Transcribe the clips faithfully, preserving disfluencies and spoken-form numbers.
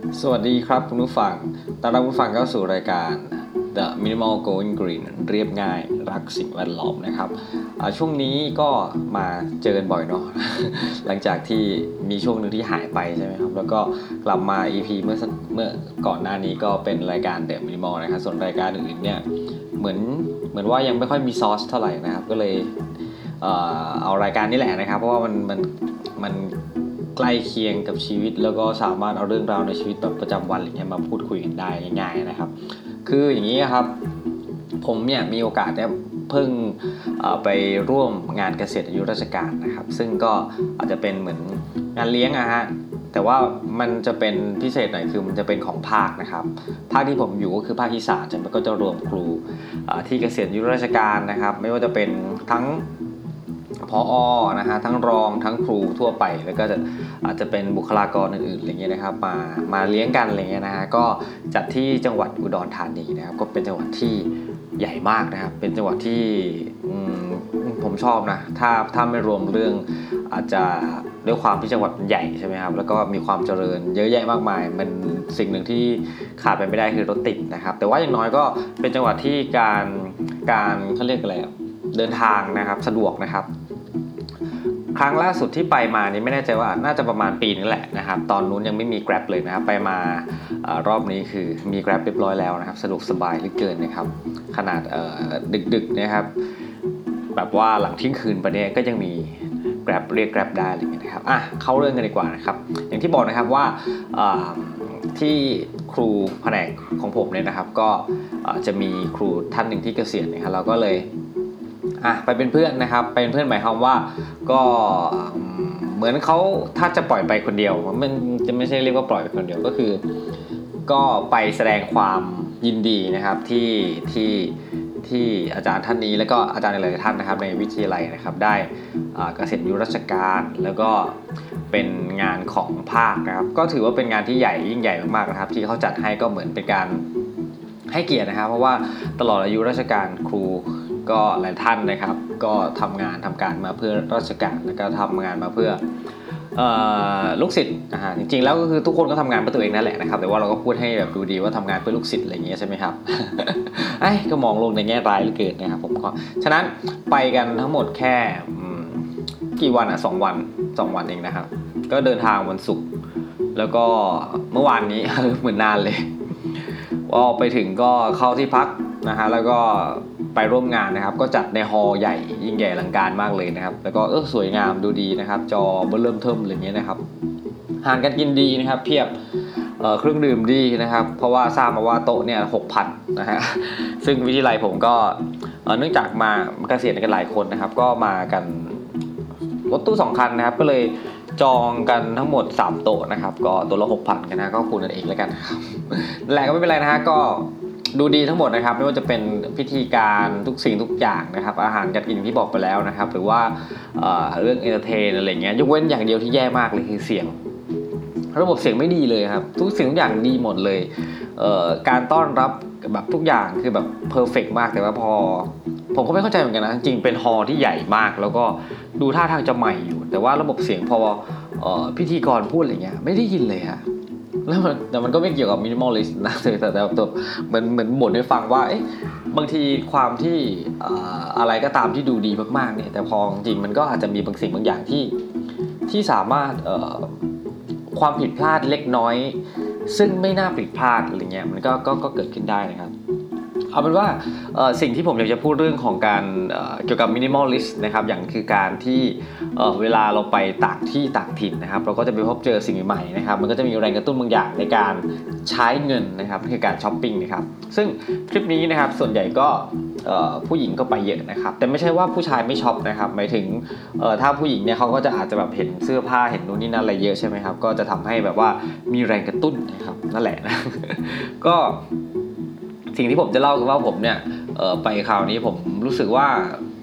สวัสดีครับคุณผู้ฟังต้อนรับคุณผู้ฟังเข้าสู่รายการ The Minimal Going Green เรียบง่ายรักสิ่งแวดล้อมนะครับช่วงนี้ก็มาเจอกันบ่อยเนาะ หลังจากที่มีช่วงนึงที่หายไปใช่ไหมครับแล้วก็กลับมา อี พี เมื่อเมื่อก่อนหน้านี้ก็เป็นรายการ The Minimal นะครับส่วนรายการอื่นๆเนี่ยเหมือนเหมือนว่ายังไม่ค่อยมีซอสเท่าไหร่นะครับก็เลยเอ่อเอารายการนี้แหละนะครับเพราะว่ามันมันมันใกล้เคียงกับชีวิตแล้วก็สามารถเอาเรื่องราวในชีวิตแบบประจำวันอะไรเงี้ยมาพูดคุยกันได้ง่ายๆนะครับคืออย่างนี้ครับผมเนี่ยมีโอกาสเนี่ยเพิ่งไปร่วมงานเกษียณอายุราชการนะครับซึ่งก็อาจจะเป็นเหมือนงานเลี้ยงอะฮะแต่ว่ามันจะเป็นพิเศษหน่อยคือมันจะเป็นของภาคนะครับภาคที่ผมอยู่ก็คือภาคอีสานมันก็จะรวมครูที่เกษียณอายุราชการนะครับไม่ว่าจะเป็นทั้งผอ.นะฮะทั้งรองทั้งครูทั่วไปแล้วก็จะอาจจะเป็นบุคลากรอื่นๆอะไรเงี้ยนะครับมามาเลี้ยงกันอะไรเงี้ยนะฮะก็จัดที่จังหวัดอุดรธานีนะครับก็เป็นจังหวัดที่ใหญ่มากนะครับเป็นจังหวัดที่ผมชอบนะถ้าถ้าไม่รวมเรื่องอาจจะด้วยความที่จังหวัดใหญ่ใช่ไหมครับแล้วก็มีความเจริญเยอะแยะมากมายมันสิ่งหนึ่งที่ขาดไปไม่ได้คือรถติดนะครับแต่ว่าอย่างน้อยก็เป็นจังหวัดที่การการเขาเรียกอะไรเดินทางนะครับสะดวกนะครับครั้งล่าสุดที่ไปมานี่ไม่แน่ใจว่าน่าจะประมาณปีนึงแหละนะครับตอนนู้นยังไม่มี Grab เลยนะครับไปมารอบนี้คือมี Grab เรียบร้อยแล้วนะครับสะดวกสบายเหลือเกินนะครับขนาดดึกๆนะครับแบบว่าหลังเที่ยงคืนไปเนี่ยก็ยังมี Grab เรียก Grab ได้อะไรอย่างเงี้ยนะครับอ่ะเข้าเรื่องกันดีกว่านะครับอย่างที่บอกนะครับว่าที่ครูแผนกของผมเนี่ยนะครับก็จะมีครูท่านหนึ่งที่เกษียณนะครับเราก็เลยอ่ะไปเป็นเพื่อนนะครับไปเป็นเพื่อนหมายความว่าก็เหมือนเขาถ้าจะปล่อยไปคนเดียวมันจะไม่ใช่เรียกว่าปล่อยไปคนเดียวก็คือก็ไปแสดงความยินดีนะครับที่ที่ที่อาจารย์ท่านนี้แล้วก็อาจารย์หลายๆท่านนะครับในวิทยาลัยนะครับได้เกษียณอายุราชการแล้วก็เป็นงานของภาคนะครับก็ถือว่าเป็นงานที่ใหญ่ยิ่งใหญ่มากๆนะครับที่เขาจัดให้ก็เหมือนเป็นการให้เกียรตินะครับเพราะว่าตลอดอายุราชการครูก็หลายท่านนะครับก็ทำงานทำการมาเพื่อราชการแล้วก็ทำงานมาเพื่อลูกศิษย์นะฮะจริงๆแล้วก็คือทุกคนก็ทำงานเพื่อตัวเองนั่นแหละนะครับแต่ว่าเราก็พูดให้แบบดูดีว่าทำงานเพื่อลูกศิษย์อะไรอย่างเงี้ยใช่ไหมครับ ไอ้ก็มองลงในแง่ร้ายเหลือเกินนะครับผมก็ฉะนั้นไปกันทั้งหมดแค่กี่วันอ่ะสองวันสองวันเองนะครับก็เดินทางวันศุกร์แล้วก็เมื่อวานนี้เหมือนนานเลยพอไปถึงก็เข้าที่พักนะฮะแล้วก็ไปร่วมงานนะครับก็จัดในฮอลล์ใหญ่ยิ่งใหญ่อลังการมากเลยนะครับแล้วก็เออสวยงามดูดีนะครับจอเบอร์เริ่มเทิมอะไรเงี้ยนะครับอาหารการกินดีนะครับเพียบเอ่อเครื่องดื่มดีนะครับเพราะว่าทราบมาว่าโต๊ะเนี่ย หกพัน นะฮะซึ่งวิทยาลัยผมก็เนื่องจากมาเกษียณกันหลายคนนะครับก็มากันรถตู้สองคันนะครับก็เลยจองกันทั้งหมดสามโต๊ะนะครับก็ตัวละ หกพัน กันนะก็คูณกันเองแล้วกันนะครับแหละก็ไม่เป็นไรนะฮะก็ดูดีทั้งหมดนะครับไม่ว่าจะเป็นพิธีการทุกสิ่งทุกอย่างนะครับอาหารการกินที่บอกไปแล้วนะครับหรือว่า เอ่อ เรื่องเอนเตอร์เทนอะไรเงี้ยยกเว้นอย่างเดียวที่แย่มากเลยคือเสียงระบบเสียงไม่ดีเลยครับทุกสิ่งทุกอย่างดีหมดเลยเอ่อการต้อนรับแบบทุกอย่างคือแบบเพอร์เฟกต์มากแต่ว่าพอผมก็ไม่เข้าใจเหมือนกันนะจริงๆเป็นฮอลล์ที่ใหญ่มากแล้วก็ดูท่าทางจะใหม่อยู่แต่ว่าระบบเสียงพอเอ่อพิธีกรพูดอะไรเงี้ยไม่ได้ยินเลยฮะแล้วมันแต่มันก็ไม่เกี่ยวกับมินิมอลลิสต์นะแต่แต่ตัวเหมือนเหมือนบ่นให้ฟังว่าเอ๊ะบางทีความที่อะไรก็ตามที่ดูดีมากๆเนี่ยแต่พอจริงมันก็อาจจะมีบางสิ่งบางอย่างที่ที่สามารถความผิดพลาดเล็กน้อยซึ่งไม่น่าผิดพลาดอะไรเงี้ยมันก็ก็ก็เกิดขึ้นได้นะครับเอาเป็นว่าสิ่งที่ผมอยากจะพูดเรื่องของการเกี่ยวกับมินิมอลลิสต์นะครับอย่างคือการที่เวลาเราไปต่างที่ต่างถิ่นนะครับเราก็จะไปพบเจอสิ่งใหม่ๆนะครับมันก็จะมีแรงกระตุ้นบางอย่างในการใช้เงินนะครับคือการช้อปปิ้งนะครับซึ่งทริปนี้นะครับส่วนใหญ่ก็ผู้หญิงก็ไปเยอะนะครับแต่ไม่ใช่ว่าผู้ชายไม่ช็อปนะครับหมายถึงถ้าผู้หญิงเนี่ยเขาก็จะอาจจะแบบเห็นเสื้อผ้าเห็นนู่นนี่นั่นอะไรเยอะใช่ไหมครับก็จะทำให้แบบว่ามีแรงกระตุ้นนะครับนั่นแหละนะก็สิ่งที่ผมจะเล่าคือว่าผมเนี่ยไปคราวนี้ผมรู้สึกว่า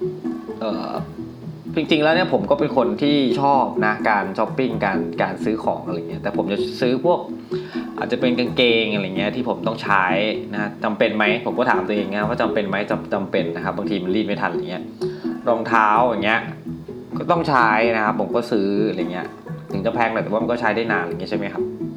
จริงๆแล้วเนี่ยผมก็เป็นคนที่ชอบนะการช้อปปิ้งการการซื้อของอะไรเงี้ยแต่ผมจะซื้อพวกอาจจะเป็นกางเกงอะไรเงี้ยที่ผมต้องใช้นะจำเป็นไหมผมก็ถามตัวเองนะว่าจำเป็นไหมจำจำเป็นนะครับบางทีมันรีดไม่ทันอะไรเงี้ยรองเท้าอย่างเงี้ยก็ต้องใช้นะครับผมก็ซื้ออะไรเงี้ยถึงจะแพงแต่ว่ามันก็ใช้ได้นานอะไรเงี้ยใช่ไหมครับ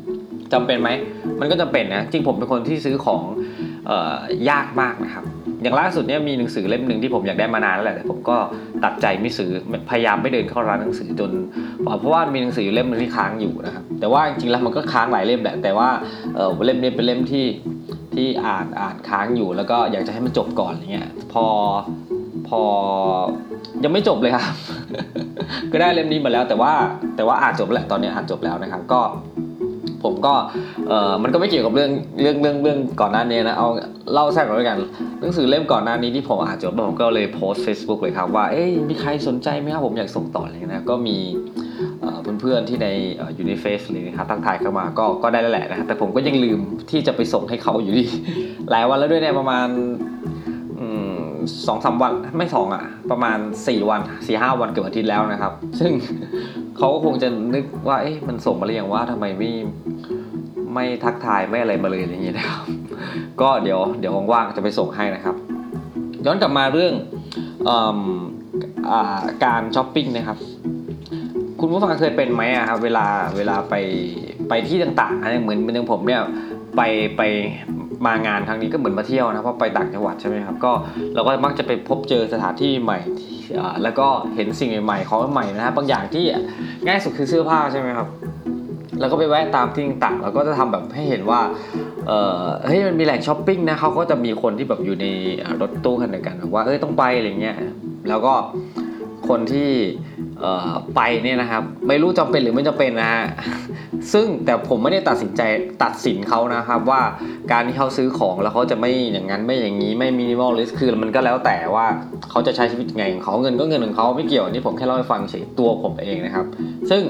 จำเป็นไหมมันก็จำเป็นนะจริงผมเป็นคนที่ซื้อของเอ่อยากมากนะครับอย่างล่าสุดเนี่ยมีหนังสือเล่มนึงที่ผมอยากได้มานานแล้วแหละแต่ผมก็ตัดใจไม่ซื้อพยายามไม่เดินเข้าร้านหนังสือจนเพราะว่ามีหนังสืออยู่เล่มนึงที่ค้างอยู่นะครับแต่ว่าจริงๆแล้วมันก็ค้างหลายเล่มแหละแต่ว่าเอ่อเล่มนี้เป็นเล่มที่ที่อ่านอ่านค้างอยู่แล้วก็อยากจะให้มันจบก่อนอย่างเงี้ยพอพอยังไม่จบเลยครับ ก็ได้เล่มนี้มาแล้วแต่ว่าแต่ว่าอ่านจบแล้วตอนนี้อ่านจบแล้วนะครับก็ผมก็เอ่อมันก็ไม่เกี่ยวกับเรื่องเรื่องเรื่องเรื่องก่อนหน้านี้นะเอาเล่าแทรกก่อนด้วยกันหนังสือเล่มก่อนหน้านี้ที่ผมอ่านจบผมก็เลยโพสต์ Facebook เลยครับว่าเอ้ยมีใครสนใจไหมครับผมอยากส่งต่ออะไรนะก็มีเพื่อนๆที่ในอยู่ในเฟซเลยนะครับทักทายเข้ามาก็ก็ได้แล้วแหละนะครับแต่ผมก็ยังลืมที่จะไปส่งให้เขาอยู่ดีหลายวันแล้วด้วยเนี่ยประมาณสองสามวันไม่สองอ่ะประมาณสี่วันสี่ห้าวันเกือบอาทิตย์แล้วนะครับซึ่งเขาก็คงจะนึกว่าเอ๊ะมันส่งมาหรือยังว่าทำไมไม่ไม่ทักทายไม่อะไรมาเลยอย่างนี้นะครับก็เดี๋ยวเดี๋ยวว่างๆจะไปส่งให้นะครับย้อนกลับมาเรื่องอ่าอ่าการช้อปปิ้งนะครับคุณผู้ฟังเคยเป็นไหมอะครับเวลาเวลาไปไปที่ต่างๆอะไรเหมือนเหมือนอย่างผมเนี่ยไปไปมางานครั้งนี้ก็เหมือนมาเที่ยวนะเพราะไปต่างจังหวัดใช่ไหมครับก็เราก็มักจะไปพบเจอสถานที่ใหม่แล้วก็เห็นสิ่งใหม่ๆของใหม่นะครับบางอย่างที่ง่ายสุดคือเสื้อผ้าใช่ไหมครับแล้วก็ไปแวะตามที่ต่างๆแล้วก็จะทำแบบให้เห็นว่าเออเฮ้ยมันมีแหล่งช้อปปิ้งนะเขาก็จะมีคนที่แบบอยู่ในรถตู้คันเดียวกันแบบว่าเอ้ยต้องไปอะไรเงี้ยแล้วก็คนที่เอ่อไปเนี่ยนะครับไม่รู้จำเป็นหรือไม่จำเป็นนะฮะซึ่งแต่ผมไม่ได้ตัดสินใจตัดสินเขานะครับว่าการที่เขาซื้อของแล้วเขาจะไม่อย่างนั้นไม่อย่างนี้ไม่มินิมอลลิสต์คือมันก็แล้วแต่ว่าเขาจะใช้ชีวิตไงของเขาเงินก็เงินของเขาไม่เกี่ยวอันนี้ผมแค่เล่าให้ฟังเฉยตัวผมเองนะครับซึ่ง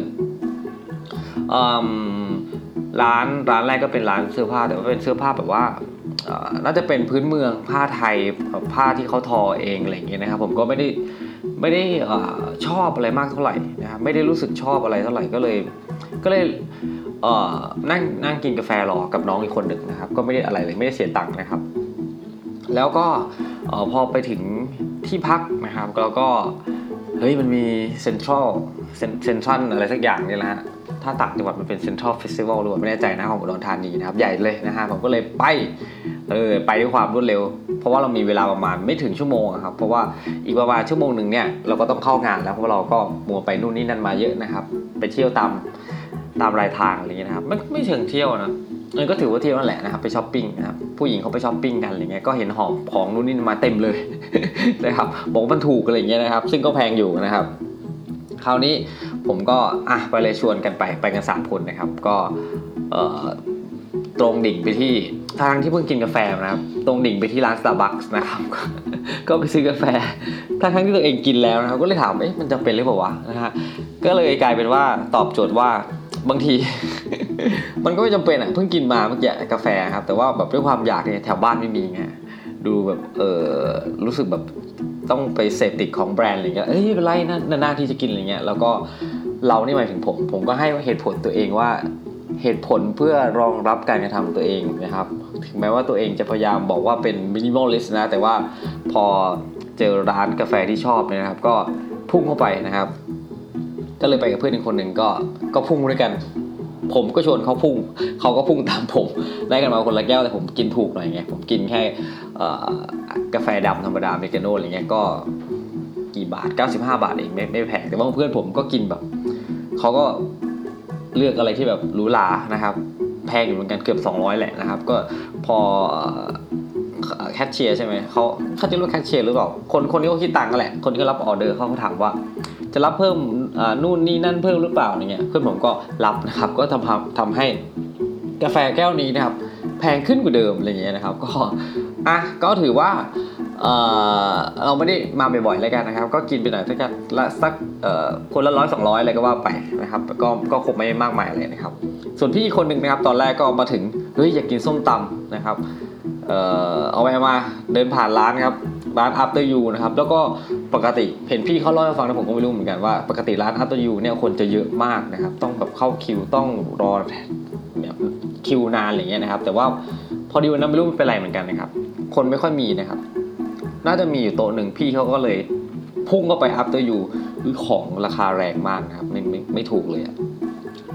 ร้านร้านแรกก็เป็นร้านเสื้อผ้าแต่ว่าเป็นเสื้อผ้าแบบว่าน่าจะเป็นพื้นเมืองผ้าไทยผ้าที่เขาทอเองอะไรอย่างเงี้ยนะครับผมก็ไม่ได้ไม่ได้ชอบอะไรมากเท่าไหร่นะครับไม่ได้รู้สึกชอบอะไรเท่าไหร่ก็เลยก็เลยนั่งนั่งกินกาแฟรอกับน้องอีกคนหนึ่งนะครับก็ไม่ได้อะไรเลยไม่ได้เสียตังค์นะครับแล้วก็พอไปถึงที่พักนะครับแล้วก็เฮ้ยมันมีเซ็นทรัลเซ็นทรัลอะไรสักอย่างนี่แหละฮะถ้าต่างจังหวัดมันเป็นเซ็นทรัลเฟสติวัลหรือเปล่าไม่แน่ใจนะของอุดรธานีนะครับใหญ่เลยนะฮะผมก็เลยไปเออไปด้วยความรวดเร็วเพราะว่าเรามีเวลาประมาณไม่ถึงชั่วโมงครับเพราะว่าอีกประมาณชั่วโมงหนึ่งเนี่ยเราก็ต้องเข้างานแล้วเพราะเราก็มัวไปนู่นนี่นั่นมาเยอะนะครับไปเที่ยวตามตามรายทางอะไรเงี้ยนะครับไม่ไม่เชิงเที่ยวนะมันก็ถือว่าเที่ยวนั่นแหละนะครับไปช้อปปิ้งนะครับผู้หญิงเขาไปช้อปปิ้งกันอะไรเงี้ยก็เห็นหอบของนู่นนี่มาเต็มเลยนะครับบอกมันถูกอะไรเงี้ยนะครับซึ่งก็แพงอยู่นะครับคราวนี้ผมก็อ่ะไปเลยชวนกันไปไปกันสามคนนะครับก็เอ่อตรงดิ่งไปที่ทางที่เพิ่งกินกาแฟนะครับตรงดิ่งไปที่ร้าน Starbucks นะครับก็ไปซื้อกาแฟทั้งที่ตัวเองกินแล้วนะครับก็เลยถามเอ๊ะมันจะเป็นหรือเปล่าวะนะฮะก็เลยกลายเป็นว่าตอบโจทย์ว่าบางที มันก็ไม่จำเป็นอ่ะเพิ่งกินมาเมื่อกี้กาแฟครับแต่ว่าแบบด้วยความอยากเนี่ยแถวบ้านไม่มีไงดูแบบเออรู้สึกแบบต้องไปเสพติดของแบรนด์อะไรเงี้ยเอ้ยไม่เป็นไรนะนานๆที่จะกินอะไรเงี้ยแล้วก็เรานี่หมายถึงผมผมก็ให้เหตุผลตัวเองว่าเหตุผลเพื่อรองรับการกระทำตัวเองนะครับถึงแม้ว่าตัวเองจะพยายามบอกว่าเป็นมินิมอลลิสต์นะแต่ว่าพอเจอร้านกาแฟที่ชอบเนี่ยนะครับก็พุ่งเข้าไปนะครับก็เลยไปกับเพื่อนอีกคนหนึ่งก็ก็พุ่งด้วยกันผมก็ชวนเขาพุ่งเขาก็พุ่งตามผมได้กันมาคนละแก้วแต่ผมกินถูกหน่อยไงผมกินแค่กาแฟดำธรรมดาอเมริกาโน่อะไรเงี้ยก็กี่บาทเก้าสิบห้าบาทเองไม่ไม่แพงแต่ว่าเพื่อนผมก็กินแบบเขาก็เลือกอะไรที่แบบหรูหรานะครับแพงอยู่เหมือนกันเกือบสองร้อยแหละนะครับก็พอแคชเชียร์ใช่ไหมเขาเขาจะเรียกแคชเชียร์หรือเปล่าคนคนที่เขาคิดตังค์แหละคนที่เขารับออเดอร์เขาถามว่าจะรับเพิ่มนู่นนี่นั่นเพิ่มหรือเปล่าอย่างเงี้ยเพื่อนผมก็รับนะครับก็ทำทำให้กาแฟแก้วนี้นะครับแพงขึ้นกว่าเดิมอะไรเงี้ยนะครับก็อ่ะก็ถือว่าเอ่อเราไม่ได้มาบ่อยๆแล้วกันนะครับก็กินไปหน่อยสักละสักเอ่อคนละร้อยสองร้อยอะไรก็ว่าไปนะครับก็ก็คงไม่มากมายเลยนะครับส่วนพี่คนหนึ่งนะครับตอนแรกก็มาถึงเฮ้ยอยากกินส้มตำนะครับเอ่อเอาไปมาเดินผ่านร้านครับร้าน After You นะครับแล้วก็ปกติเห็นพี่เขาเล่าให้ฟังนะผมก็ไม่รู้เหมือนกันว่าปกติร้าน After You เนี่ยคนจะเยอะมากนะครับต้องแบบเข้าคิวต้องรอแบบคิวนานอะไรเงี้ยนะครับแต่ว่าพอดีวันนั้นไม่รู้เป็นไรเหมือนกันนะครับคนไม่ค่อยมีนะครับน่าจะมีอยู่โต๊ะหนึ่งพี่เขาก็เลยพุ่งเข้าไป After You คือของราคาแรงมากนะครับไม่ไม่ไม่ถูกเลยอ่ะพี่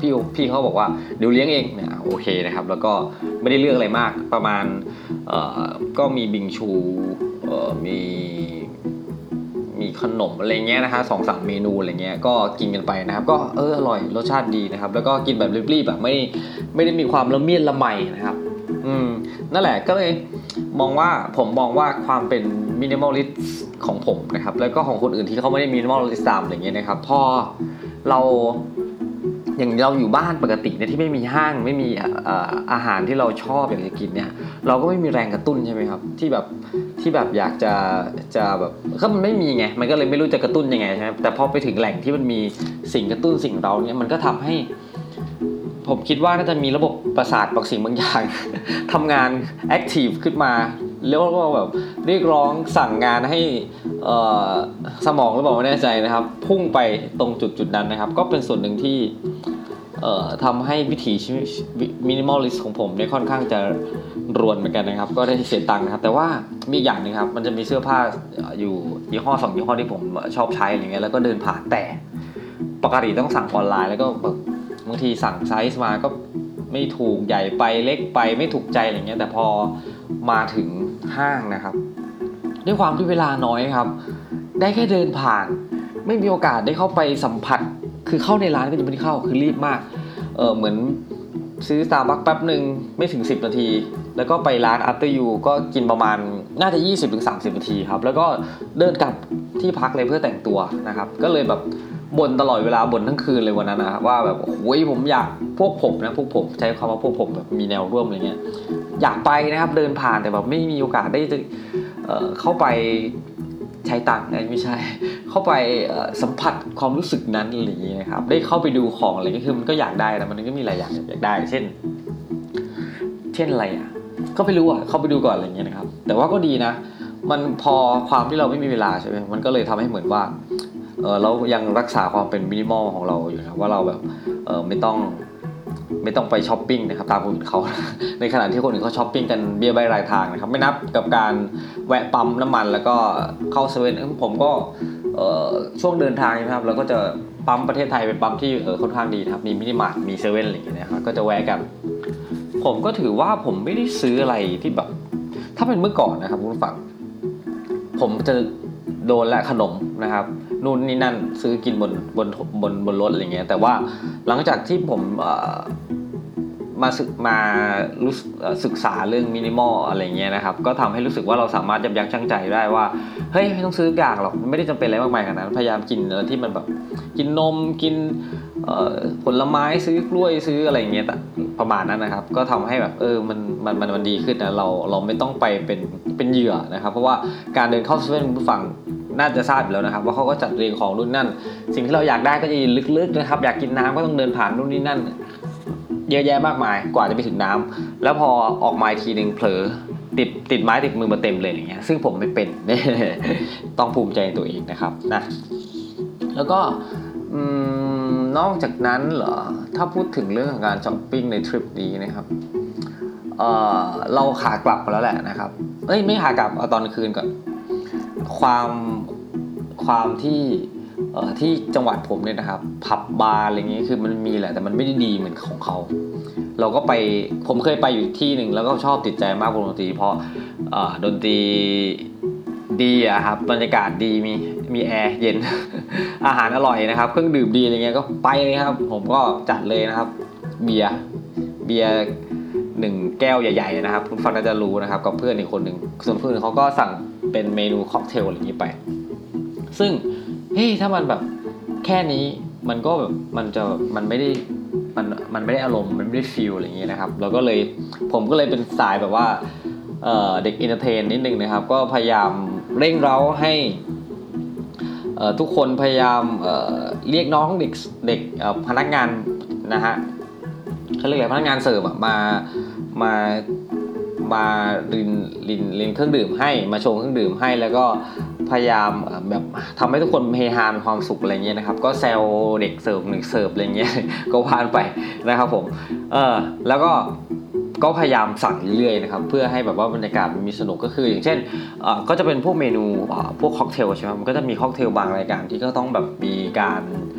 พี่พี่เขาบอกว่าเดี๋ยวเลี้ยงเองเนี่ยโอเคนะครับแล้วก็ไม่ได้เลือกอะไรมากประมาณเอ่อก็มีบิงชูเอ่อมีมีขนมอะไรเงี้ยนะฮะสองสามเมนูอะไรเงี้ยก็กินกันไปนะครับก็เอออร่อยรสชาติดีนะครับแล้วก็กินแบบรีบๆแบบไม่ไม่ได้มีความละเมียดละไมนะครับอืมนั่นแหละก็เลยมองว่าผมมองว่าความเป็นมินิมอลลิสต์ของผมนะครับแล้วก็ของคนอื่นที่เขาไม่ได้มินิมอลลิสต์ตามอะไรเงี้ยนะครับพอเราอย่างเราอยู่บ้านปกติเนี่ยที่ไม่มีห้างไม่มีอาหารที่เราชอบอยากจะกินเนี่ยเราก็ไม่มีแรงกระตุ้นใช่ไหมครับที่แบบที่แบบอยากจะจะแบบก็มันไม่มีไงมันก็เลยไม่รู้จะกระตุ้นยังไงใช่ไหมแต่พอไปถึงแหล่งที่มันมีสิ่งกระตุ้นสิ่งเราเนี่ยมันก็ทำให้ผมคิดว่าน่าจะมีระบบประสาทบางสิ่งบางอย่าง ทำงานแอคทีฟขึ้นมาแล้วก็แบบเรียกร้องสั่งงานให้สมองหรือเปล่าไม่แน่ใจนะครับพุ่งไปตรงจุดจุดนั้นนะครับก็เป็นส่วนหนึ่งที่ทำให้วิถีชีวิตมินิมอลลิสต์ของผมเนี่ยค่อนข้างจะรวนเหมือนกันนะครับก็ได้เสียตังค์นะครับแต่ว่ามีอย่างนึงครับมันจะมีเสื้อผ้าอยู่ยี่ห้อสองยี่ห้อที่ผมชอบใช้อะไรเงี้ยแล้วก็เดินผ่านแต่ปกติต้องสั่งออนไลน์แล้วก็บางทีสั่งไซส์มาก็ไม่ถูกใหญ่ไปเล็กไปไม่ถูกใจอะไรเงี้ยแต่พอมาถึงห้างนะครับด้วยความที่เวลาน้อยครับได้แค่เดินผ่านไม่มีโอกาสได้เข้าไปสัมผัสคือเข้าในร้านก็จะไม่ได้เข้าคือรีบมากเออเหมือนซื้อ Starbucks แป๊บนึงไม่ถึงสิบนาทีแล้วก็ไปร้าน After You ก็กินประมาณน่าจะ ยี่สิบถึงสามสิบ นาทีครับแล้วก็เดินกลับที่พักเลยเพื่อแต่งตัวนะครับก็เลยแบบบ่นตลอดเวลาบ่นทั้งคืนเลยวันนั้นนะครับว่าแบบโอ้ยผมอยากพวกผมนะพวกผมใช้คำว่าพวกผมแบบมีแนวร่วมอะไรเงี้ยอยากไปนะครับเดินผ่านแต่แบบไม่มีโอกาสได้จะเอ่อเข้าไปใช้ตังค์ไม่ใช่เข้าไปสัมผัสความรู้สึกนั้นอะไรอย่างเงี้ยนะครับได้เข้าไปดูของอะไรก็คือมันก็อยากได้แต่มันก็มีหลายอย่างอยากได้เช่นเช่นอะไรอ่ะก็ไม่รู้อ่ะเข้าไปดูก่อนอะไรเงี้ยนะครับแต่ว่าก็ดีนะมันพอความที่เราไม่มีเวลาใช่ไหมมันก็เลยทำให้เหมือนว่าเออเรายังรักษาความเป็นมินิมอลของเราอยู่นะว่าเราแบบเออไม่ต้องไม่ต้องไปช้อปปิ้งนะครับตามคนอื่นเขาในขณะที่คนอื่นเขาช้อปปิ้งกันเบี้ยใบรายทางนะครับไม่นับกับการแวะปั๊มน้ำมันแล้วก็เข้าเซเว่นผมก็ช่วงเดินทางนะครับเราก็จะปั๊มประเทศไทยเป็นปั๊มที่เออค่อนข้างดีนะครับมีมินิมาร์ทมีเซเว่นอะไรอย่างเงี้ยนะครับก็จะแวะกันผมก็ถือว่าผมไม่ได้ซื้ออะไรที่แบบถ้าเป็นเมื่อก่อนนะครับคุณผู้ฟังผมจะโดนและขนมนะครับนู่นนี่นั่นซื้อกินบนบนบนบนรถอะไรเงี้ยแต่ว่าหลังจากที่ผมมาศึกมารู้ศึกษาเรื่องมินิมอลอะไรเงี้ยนะครับก็ทำให้รู้สึกว่าเราสามารถยับยั้งชั่งใจได้ว่าเฮ้ยไม่ต้องซื้ออย่างหรอกไม่ได้จำเป็นอะไรมากมายขนาดนั้นพยายามกินอะไรที่มันแบบกินนมกินผลไม้ซื้อกล้วยซื้ออะไรเงี้ยประมาณนั้นนะครับก็ทำให้แบบเออมันมันมันดีขึ้นนะเราเราไม่ต้องไปเป็นเป็นเหยื่อนะครับเพราะว่าการเดินเข้าเซเว่นผู้ฟังน่าจะทราบอยู่แล้วนะครับว่าเขาก็จัดเรียงของรุ่นนั่นสิ่งที่เราอยากได้ก็จะลึกๆนะครับอยากกินน้ำก็ต้องเดินผ่านรุ่นนี้นั่นเยอะแยะมากมายกว่าจะไปถึงน้ำแล้วพอออกมาทีนึงเผลอติดติดไม้ติดมือมาเต็มเลยอย่างเงี้ยซึ่งผมไม่เป็นต้องภูมิใจในตัวเองนะครับนะแล้วก็นอกจากนั้นเหรอถ้าพูดถึงเรื่องของการช้อปปิ้งในทริปนี้นะครับเอ่อเราขากลับมาแล้วแหละนะครับเอ้ยไม่ขากลับเอาตอนคืนก่อนความความที่เอ่อที่จังหวัดผมเนี่ยนะครับผับบาร์อะไรเงี้ยคือมันมีแหละแต่มันไม่ได้ดีเหมือนของเขาเราก็ไปผมเคยไปอยู่ที่หนึ่งแล้วก็ชอบติดใจมากวงดนตรีเพราะเอ่อดนตรีดีอะครับบรรยากาศดีมีมีแอร์เย็น อาหารอร่อยนะครับเครื่องดื่มดีอะไรเงี้ยก็ไปเลยครับผมก็จัดเลยนะครับเบียร์เบียร์หนึ่งแก้วใหญ่ๆนะครับคุณฟังน่าจะรู้นะครับกับเพื่อนอีกคนหนึ่งส่วนเพื่อนเขาก็สั่งเป็นเมนูค็อกเทลอะไรอย่างนี้ไปซึ่งเฮ้ยถ้ามันแบบแค่นี้มันก็แบบมันจะมันไม่ได้มันมันไม่ได้อารมณ์มันไม่ได้ฟีลอะไรอย่างนี้นะครับแล้วก็เลยผมก็เลยเป็นสายแบบว่าเอ่อเด็กเอนเตอร์เทนนิดนึงนะครับก็พยายามเร่งเร้าให้เอ่อทุกคนพยายามเอ่อเรียกน้องเด็กเด็กเอ่อพนักงานนะฮะเขาเรียกอะไรพนักงานเสิร์ฟอะมามามารินรินรินเครื่องดื่มให้มาชงเครื่องดื่มให้แล้วก็พยายามแบบทำให้ทุกคนเฮฮาความสุขอะไรเงี้ยนะครับก็แซวเด็กเสิร์ฟหนึ่งเสิร์ฟอะไรเงี้ยก็ผ่านไปนะครับผมเออแล้วก็ก็พยายามสั่งเรื่อยๆนะครับเพื่อให้แบบว่าบรรยากาศมันมีสนุกก็คืออย่างเช่นเอ่อก็จะเป็นพวกเมนูพวกค็อกเทลใช่ไหมมันก็จะมีค็อกเทลบางรายการที่ก็ต้องแบบมีการ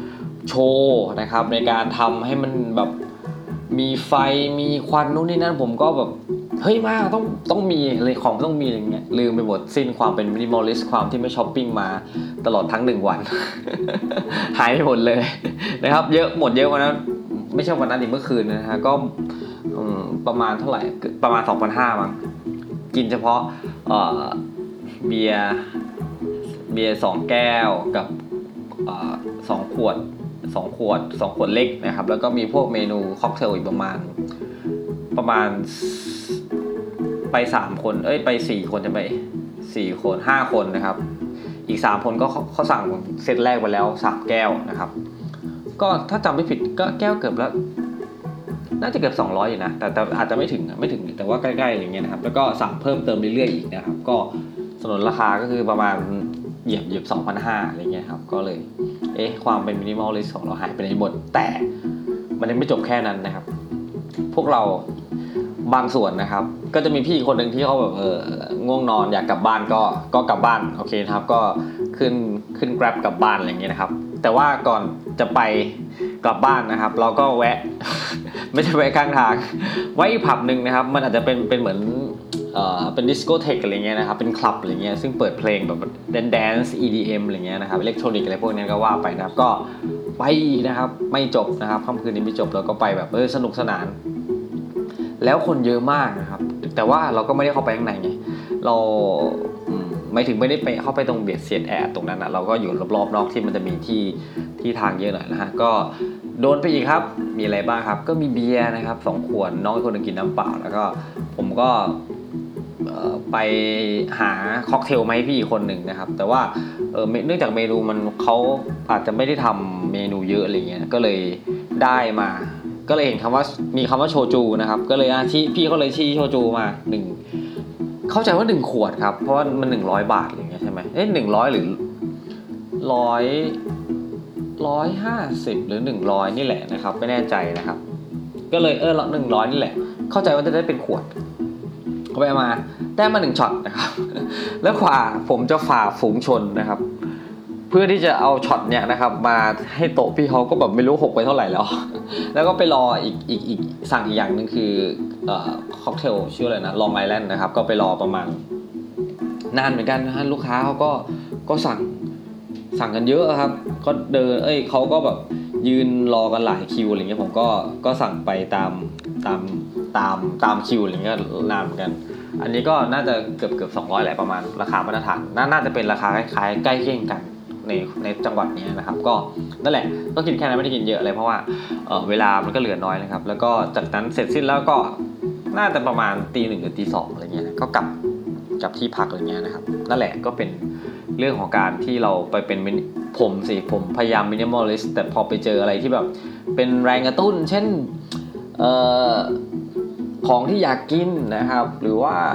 โชว์นะครับในการทำให้มันแบบมีไฟมีควันนู่นนี่นั่นผมก็แบบเฮ้ยมาต้องต้องมีอะไรของต้องมีอะไรเงี้ยลืมไปหมดสิ้นความเป็นมินิมอลลิสต์ความที่ไม่ช้อปปิ้งมาตลอดทั้งหนึ่งวัน หายไปหมดเลยนะครับเยอะหมดเยอะวันนั้นไม่ใช่วันนั้นดิเมื่อคืนนะฮะก็ประมาณเท่าไหร่ประมาณ สองพันห้าร้อย มั้งกินเฉพาะเอ่อเบียร์เบียร์สองแก้วกับเอ่อสองขวดสองขวดสองขวดเล็กนะครับแล้วก็มีพวกเมนูค็อกเทลอีกประมาณประมาณไปสามคนเอ้ยไปสี่คนจะไปสี่คนห้าคนนะครับอีกสามคนก็เขาสั่งเซตแรกไปแล้วสามแก้วนะครับก็ถ้าจำไม่ผิดก็แก้วเกือบแล้วน่าจะเกือบสองร้อยอยู่นะแต่แต่อาจจะไม่ถึงไม่ถึงแต่ว่าใกล้ๆอย่างเงี้ยนะครับแล้วก็สั่งเพิ่มเติมเรื่อยๆอีกนะครับก็สนนราคาก็คือประมาณเหยียบเหยียบ สองพันห้าร้อย อะไรเงี้ยครับก็เลยเอ๊ะความเป็นมินิมอลลิสต์ของเราหายไปไหนหมดแต่มันยังไม่จบแค่นั้นนะครับพวกเราบางส่วนนะครับก็จะมีพี่คนหนึ่งที่เขาแบบเออง่วงนอนอยากกลับบ้านก็ก็กลับบ้านโอเคนะครับก็ขึ้นขึ้น Grab กลับบ้านอะไรอย่างเงี้ยนะครับแต่ว่าก่อนจะไปกลับบ้านนะครับเราก็แวะ ไม่ใช่แวะข้างทางไว้อีกผับนึงนะครับมันอาจจะเป็นเป็นเหมือนเอ่อเป็นดิสโกเทคอะไรเงี้ยนะครับเป็นคลับอะไรเงี้ยซึ่งเปิดเพลงแบบแดนแดนซ์ อี ดี เอ็ม อะไรเงี้ยนะครับอิเล็กทรอนิกส์อะไรพวกนี้ก็ว่าไปนะครับก็ไปนะครับไม่จบนะครับค่ำคืนนี้ไม่จบเราก็ไปแบบเออสนุกสนานแล้วคนเยอะมากนะครับแต่ว่าเราก็ไม่ได้เข้าไปข้างในไงเราไม่ถึงไม่ได้ไปเข้าไปตรงเบียดเสียดแอดตรงนั้นนะเราก็อยู่รอบๆนอกที่มันจะมีที่ที่ทางเยอะหน่อยนะฮะก็โดนไปอีกครับมีอะไรบ้างครับก็มีเบียร์นะครับสองขวดน้องอีกคนนึงกินน้ำเปล่าแล้วก็ผมก็ไปหาค็อกเทลมาให้พี่อีกคนหนึ่งนะครับแต่ว่าเออเนื่องจากเมนูมันเขาอาจจะไม่ได้ทำเมนูเยอะอะไรเงี้ยก็เลยได้มาก็เลยเห็นคำว่ามีคำว่าโชจูนะครับก็เลยชี้พี่เขาเลยชี้โชจูมาหนึ่งเข้าใจว่าหนึ่งขวดครับเพราะว่ามันหนึ่งร้อยบาทอะไรเงี้ยใช่ไหมเอ๊ะหนึ่งร้อยหรือร้อยร้อยห้าสิบหรือหนึ่งร้อยนี่แหละนะครับไม่แน่ใจนะครับก็เลยเออหนึ่งร้อยนี่แหละเข้าใจว่าจะได้เป็นขวดเอาไปมาได้มาหนึ่งช็อตนะครับแล้วขวาผมจะฝ่าฝูงชนนะครับเพื่อที่จะเอาช็อตเนี่ยนะครับมาให้โต๊ะพี่เขาก็แบบไม่รู้หกไปเท่าไหร่แล้วแล้วก็ไปรออีกอีกอีกสั่งอีกอย่างนึงคือเอ่อค็อกเทลชื่ออะไรนะลองไอแลนด์นะครับก็ไปรอประมาณนานเหมือนกันนะฮะลูกค้าเขาก็ก็สั่งสั่งกันเยอะครับก็เดินเอ้ยเขาก็แบบยืนรอกันหลายคิวอะไรเงี้ยผมก็ก็สั่งไปตามตามตามตามคิวอะไรเงี้ยนานเหมือนกันอันนี้ก็น่าจะเกือบเกือบสองร้อยแหละประมาณราคามาตรฐานน่าจะเป็นราคาคล้ายๆใกล้เคียงกันในในจังหวัดนี้นะครับก็นั่นแหละก็กินแค่นั้นไม่ได้กินเยอะเลยเพราะว่า เอ่อเวลามันก็เหลือน้อยนะครับแล้วก็จากนั้นเสร็จสิ้นแล้วก็น่าจะประมาณตีหนึ่งหรือตีสองอะไรเงี้ยก็กลับกลับที่พักอะไรเงี้ยนะครับนั่นแหละก็เป็นเรื่องของการที่เราไปเป็นผมสิผมพยายามมินิมอลลิสต์แต่พอไปเจออะไรที่แบบเป็นแรงกระตุ้นเช่นเอ่อของที่อยากกินนะครับหรือว่า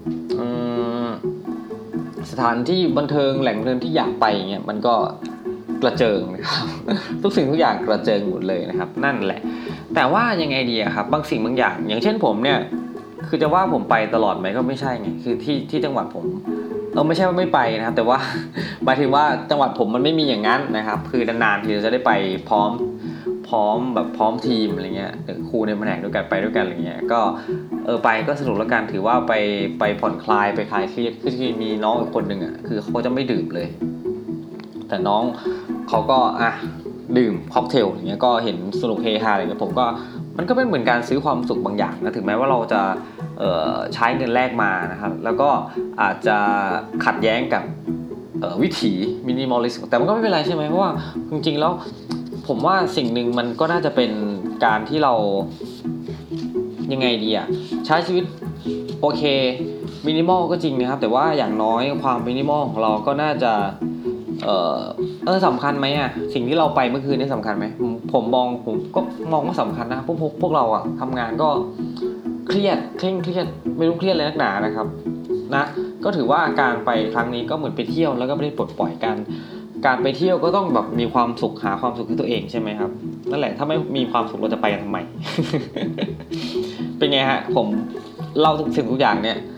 สถานที่บันเทิงแหล่งบันเทิงที่อยากไปเงี้ยมันก็กระเจิงนะครับทุกสิ่งทุกอย่างกระเจิงหมดเลยนะครับนั่นแหละแต่ว่ายังไงดีครับบางสิ่งบางอย่างอย่างเช่นผมเนี่ยคือจะว่าผมไปตลอดไหมก็ไม่ใช่ไงคือที่ที่จังหวัดผมเราไม่ใช่ว่าไม่ไปนะครับแต่ว่าหมายถึงว่าจังหวัดผมมันไม่มีอย่างนั้นนะครับคือนานๆทีเราจะได้ไปพร้อมพร้อมแบบพร้อมทีมอะไรเงี้ยครูในแผนกด้วยกันไปด้วยกันอะไรเงี้ยก็เออไปก็สนุกแล้วกันถือว่าไปไปผ่อนคลายไปคลายเครียดคือมีน้องอีกคนนึงอ่ะคือเขาจะไม่ดื่มเลยแต่น้องเขาก็อ่ะดื่มค็อกเทลอย่างเงี้ยก็เห็นสนุกเฮฮาอะไรเงี้ยผมก็มันก็เป็นเหมือนการซื้อความสุขบางอย่างนะถึงแม้ว่าเราจะเอ่อใช้เงินแลกมานะครับแล้วก็อาจจะขัดแย้งกับเอ่อวิถีมินิมอลลิสต์แต่มันก็ไม่เป็นไรใช่ไหมเพราะว่าจริงๆแล้วผมว่าสิ่งหนึ่งมันก็น่าจะเป็นการที่เรายังไงดีอะใช้ชีวิตโอเคมินิมอลก็จริงนะครับแต่ว่าอย่างน้อยความมินิมอลของเราก็น่าจะเออเออสำคัญไหมอ่ะสิ่งที่เราไปเมื่อคืนนี่สำคัญไหมผมผมมองผมก็มองว่าสำคัญนะพวกพวกพวกเราอ่ะทำงานก็เครียดเคร่งเครียดไม่รู้เครียดอะไรนักหนานะครับนะก็ถือว่าการไปครั้งนี้ก็เหมือนไปเที่ยวแล้วก็ไม่ได้ปลดปล่อยกันการไปเที่ยวก็ต้องแบบมีความสุขหาความสุขให้ตัวเองใช่ไหมครับนั่นแหละถ้าไม่มีความสุขเราจะไปกันทำไม เป็นไงฮะผมเล่าทุกสิ่งทุกอย่างเนี่ย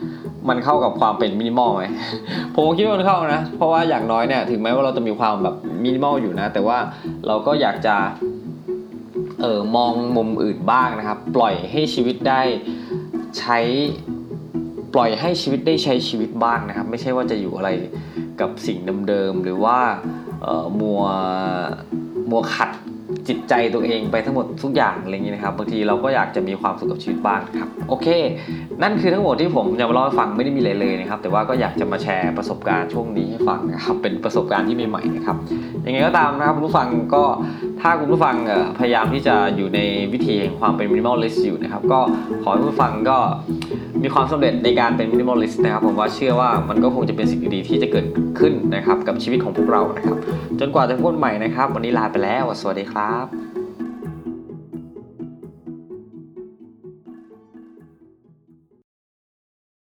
มันเข้ากับความเป็นมินิมอลไหม ผมคิดว่ามันเข้านะเพราะว่าอย่างน้อยเนี่ยถึงแม้ว่าเราจะมีความแบบมินิมอลอยู่นะแต่ว่าเราก็อยากจะเออมองมุมอื่นบ้างนะครับปล่อยให้ชีวิตได้ใช้ปล่อยให้ชีวิตได้ใช้ชีวิตบ้างนะครับไม่ใช่ว่าจะอยู่อะไรกับสิ่งเดิมๆหรือว่าเอ่อมัวมัวขัดจิตใจตัวเองไปทั้งหมดทุกอย่างอะไรอย่างนี้นะครับบางทีเราก็อยากจะมีความสุขกับชีวิตบ้างครับโอเคนั่นคือทั้งหมดที่ผมจะมาเล่าให้ฟังไม่ได้มีอะไรเลยนะครับแต่ว่าก็อยากจะมาแชร์ประสบการณ์ช่วงนี้ให้ฟังนะครับเป็นประสบการณ์ที่ใหม่ๆนะครับยังไงก็ตามนะครับคุณผู้ฟังก็ถ้าคุณผู้ฟังพยายามที่จะอยู่ในวิธีแห่งความเป็นมินิมอลลิสต์อยู่นะครับก็ขอให้คุณผู้ฟังก็มีความสำเร็จในการเป็นมินิมอลลิสต์นะครับผมว่าเชื่อว่ามันก็คงจะเป็นสิ่งดีๆที่จะเกิดขึ้นนะครับกับชีวิตของพวกเรานะครับจนกว่าจะพบกันใหม่นะครับวันนี้ลาไปแล้วสวัสดีครับ